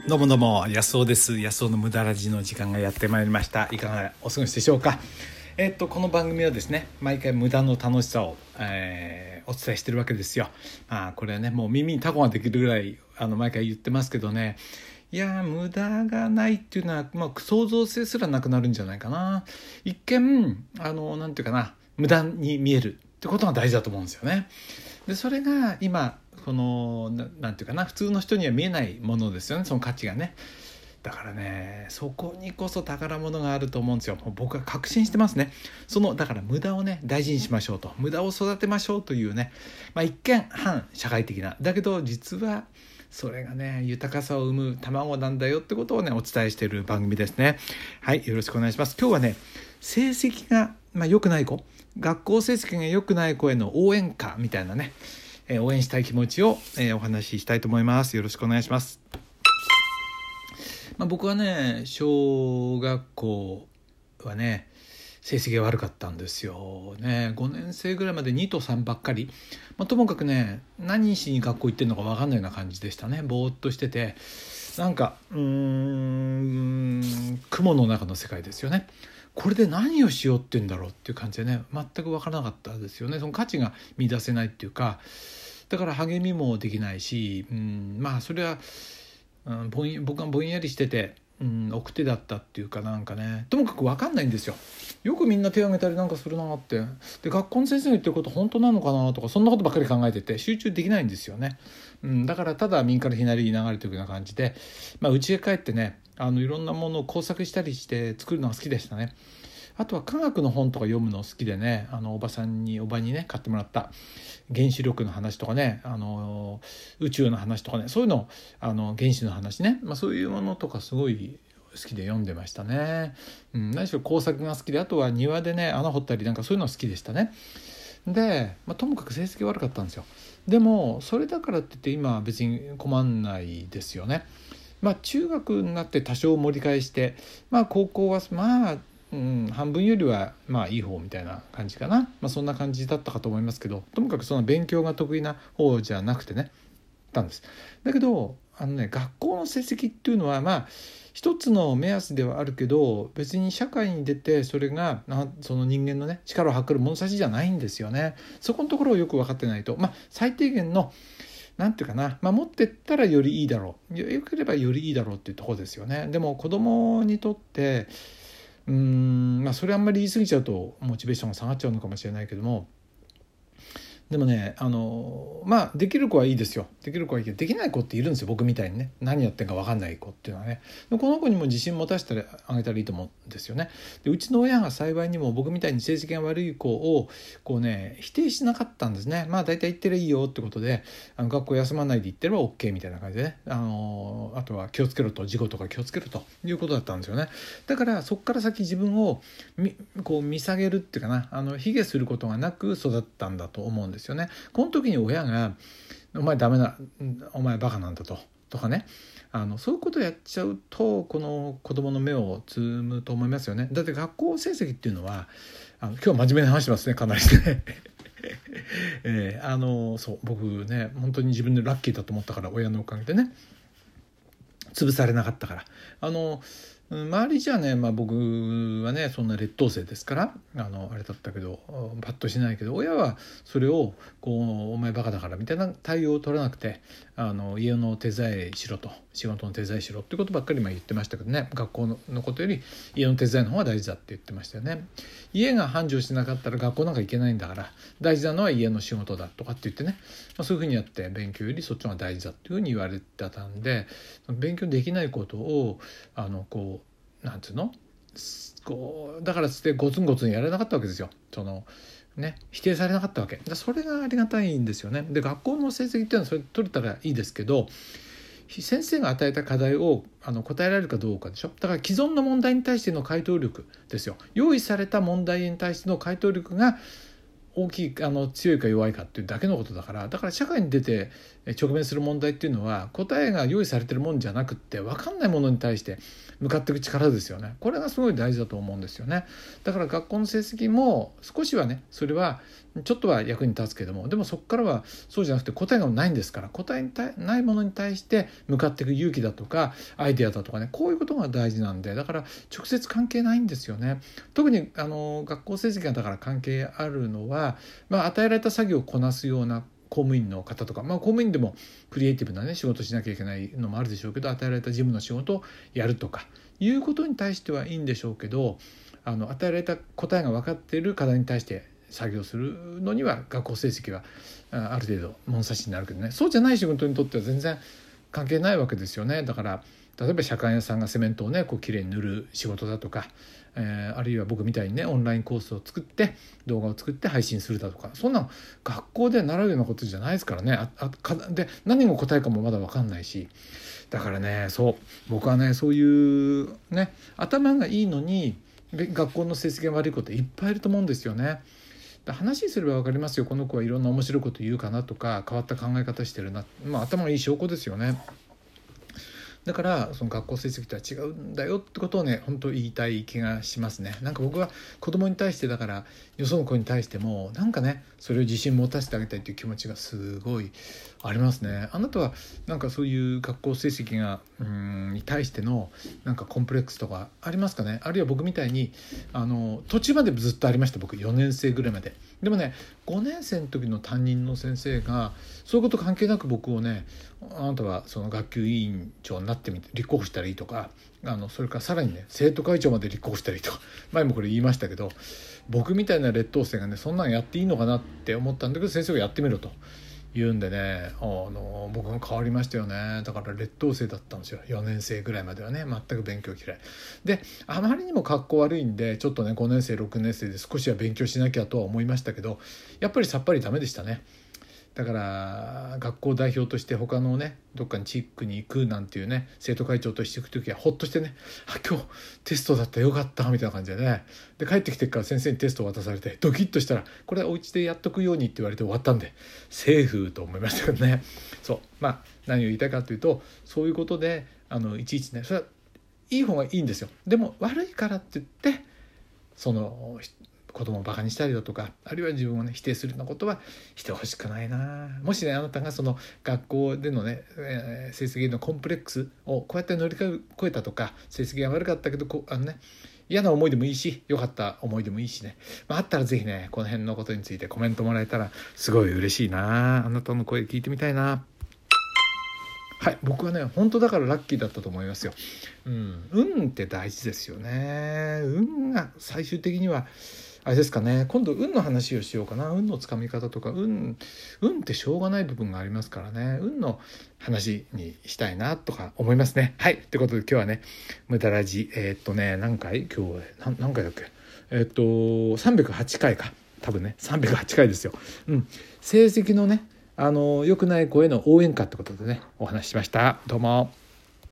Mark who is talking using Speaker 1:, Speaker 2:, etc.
Speaker 1: どうもどうも、安尾です。安尾の無駄ラジの時間がやってまいりました。いかがお過ごしでしょうか。この番組はですね、毎回無駄の楽しさを、お伝えしてるわけですよ。これはね、もう耳にタコができるぐらい毎回言ってますけどね、いや無駄がないっていうのは、創造性すらなくなるんじゃないかな。一見なんていうかな、無駄に見えるってことが大事だと思うんですよね。でそれが今なんていうかな、普通の人には見えないものですよね、その価値がね。だからね、そこにこそ宝物があると思うんですよ。もう僕は確信してますね。だから無駄をね大事にしましょうと、無駄を育てましょうというね、一見反社会的な、だけど実はそれがね豊かさを生む卵なんだよってことをねお伝えしている番組ですね。はい、よろしくお願いします。今日はね、成績が良くない子、学校成績が良くない子への応援歌みたいなね、応援したい気持ちを、お話ししたいと思います。よろしくお願いします。僕はね、小学校はね成績が悪かったんですよね。5年生ぐらいまで2と3ばっかり、ともかくね、何しに学校行ってるのか分かんないような感じでしたね。ぼーっとしてて、なんか雲の中の世界ですよね。これで何をしようってんだろうっていう感じでね、全く分からなかったですよね。その価値が見出せないっていうか、だから励みもできないし、それは、僕がぼんやりしてて、奥手だったっていうか、なんかね、ともかく分かんないんですよ。よくみんな手を挙げたりなんかするなって。で、学校の先生が言ってること本当なのかなとか、そんなことばっかり考えてて集中できないんですよね。だからただ右から左に流れていくような感じで、家へ帰ってね、いろんなものを工作したりして作るのが好きでしたね。あとは科学の本とか読むの好きでね、おばにね買ってもらった原子力の話とかね、宇宙の話とかね、そういうの原子の話ね、そういうものとかすごい好きで読んでましたね。何しろ工作が好きで、あとは庭でね穴掘ったりなんかそういうの好きでしたね。で、ともかく成績悪かったんですよ。でもそれだからって言って今は別に困んないですよね。中学になって多少盛り返して、高校は半分よりはいい方みたいな感じかな。そんな感じだったかと思いますけど、ともかくその勉強が得意な方じゃなくてねたんです。だけど学校の成績っていうのは一つの目安ではあるけど、別に社会に出てそれがその人間のね力を測る物差しじゃないんですよね。そこのところをよく分かってないと、最低限のなんていうかな、持ってったらよりいいだろう、よければよりいいだろうっていうところですよね。でも子供にとってそれあんまり言い過ぎちゃうとモチベーションが下がっちゃうのかもしれないけども、でもねできる子はいいですよ。できる子はいいけど、できない子っているんですよ、僕みたいにね。何やってんか分かんない子っていうのはね。この子にも自信持たせてあげたらいいと思うんですよね。でうちの親が幸いにも僕みたいに成績が悪い子を否定しなかったんですね。大体行ってりゃいいよってことで、学校休まないで行ってれば OK みたいな感じでね、あとは気をつけろと、事故とか気をつけろということだったんですよね。だからそこから先自分を見下げるっていうかな、卑下することがなく育ったんだと思うんですよね。この時に親がお前ダメな、お前バカなんだとかね、そういうことをやっちゃうとこの子供の目をつむと思いますよね。だって学校成績っていうのは今日は真面目な話しますね、かなりねそう僕ね本当に自分でラッキーだと思ったから、親のおかげでね潰されなかったから。周りじゃね、僕はねそんな劣等生ですから、あれだったけどパッとしないけど、親はそれをお前バカだからみたいな対応を取らなくて、家の手伝いしろと、仕事の手伝いしろってことばっかり言ってましたけどね。学校のことより家の手伝いの方が大事だって言ってましたよね。家が繁盛しなかったら学校なんか行けないんだから、大事なのは家の仕事だとかって言ってね、そういうふうにやって勉強よりそっちの方が大事だっていうふうに言われてたんで、勉強できないことをなんていうの、だからつってゴツンゴツンやられなかったわけですよ。否定されなかったわけだ。それがありがたいんですよね。で学校の成績っていうのはそれ取れたらいいですけど、先生が与えた課題を答えられるかどうかでしょ。だから既存の問題に対しての回答力ですよ。用意された問題に対しての回答力が大きい強いか弱いかっていうだけのことだから。だから社会に出て直面する問題っていうのは答えが用意されてるもんじゃなくって、分かんないものに対して向かっていく力ですよね。これがすごい大事だと思うんですよね。だから学校の成績も少しはね、それはちょっとは役に立つけども、でもそこからはそうじゃなくて答えがないんですから、答えないものに対して向かっていく勇気だとかアイデアだとかね、こういうことが大事なんで、だから直接関係ないんですよね。特に学校成績がだから関係あるのは、与えられた作業をこなすような公務員の方とか、公務員でもクリエイティブなね仕事しなきゃいけないのもあるでしょうけど、与えられた事務の仕事をやるとかいうことに対してはいいんでしょうけど、与えられた答えが分かっている課題に対して作業するのには学校成績はある程度物差しになるけどね、そうじゃない仕事にとっては全然関係ないわけですよね。だから例えば車管屋さんがセメントをねこうきれいに塗る仕事だとか、あるいは僕みたいにねオンラインコースを作って動画を作って配信するだとか、そんな学校で習うようなことじゃないですからね。で何が答えかもまだ分かんないし、だからね、僕はねそういうね頭がいいのに学校の成績が悪いこといっぱいいると思うんですよね。話すれば分かりますよ。この子はいろんな面白いこと言うかなとか変わった考え方してるな、頭がいい証拠ですよね。だからその学校成績とは違うんだよってことをね本当言いたい気がしますね。なんか僕は子供に対してだからよその子に対してもなんかねそれを自信持たせてあげたいという気持ちがすごいありますね。あなたはなんかそういう学校成績がに対してのなんかコンプレックスとかありますかね。あるいは僕みたいに途中までずっとありました。僕4年生ぐらいまで。でもね5年生の時の担任の先生がそういうこと関係なく僕をね、あなたはその学級委員長になってみて立候補したらいいとか、それからさらにね生徒会長まで立候補したらいいとか、前もこれ言いましたけど、僕みたいな劣等生がねそんなのやっていいのかなって思ったんだけど、先生がやってみろと言うんでね、僕が変わりましたよね。だから劣等生だったんですよ。4年生ぐらいまではね全く勉強嫌いで、あまりにも格好悪いんでちょっとね5年生6年生で少しは勉強しなきゃとは思いましたけど、やっぱりさっぱりダメでしたね。だから学校代表として他のねどっかに地区に行くなんていうね生徒会長として行く時はほっとしてね、今日テストだったよかったみたいな感じでね、で帰ってきてから先生にテストを渡されてドキッとしたら、これはお家でやっとくようにって言われて終わったんでセーフと思いましたけどね。何を言いたいかというと、そういうことでいちいちねそれはいい方がいいんですよ。でも悪いからって言ってその子供をバカにしたりだとか、あるいは自分をね否定するようなことはしてほしくないな。もしねあなたがその学校でのね、成績のコンプレックスをこうやって乗り越えたとか、成績が悪かったけど嫌な思いでもいいし良かった思いでもいいしね、あったらぜひねこの辺のことについてコメントもらえたらすごい嬉しいな。あなたの声聞いてみたいな。はい、僕はね本当だからラッキーだったと思いますよ。運って大事ですよね。運が最終的にはあれですかね。今度運の話をしようかな。運のつかみ方とか運ってしょうがない部分がありますからね。運の話にしたいなとか思いますね。はい、ということで今日はね無駄ラジ何回今日何回だっけ308回か多分ね308回ですよ。成績のね良くない子への応援歌ってことでねお話ししました。どうも。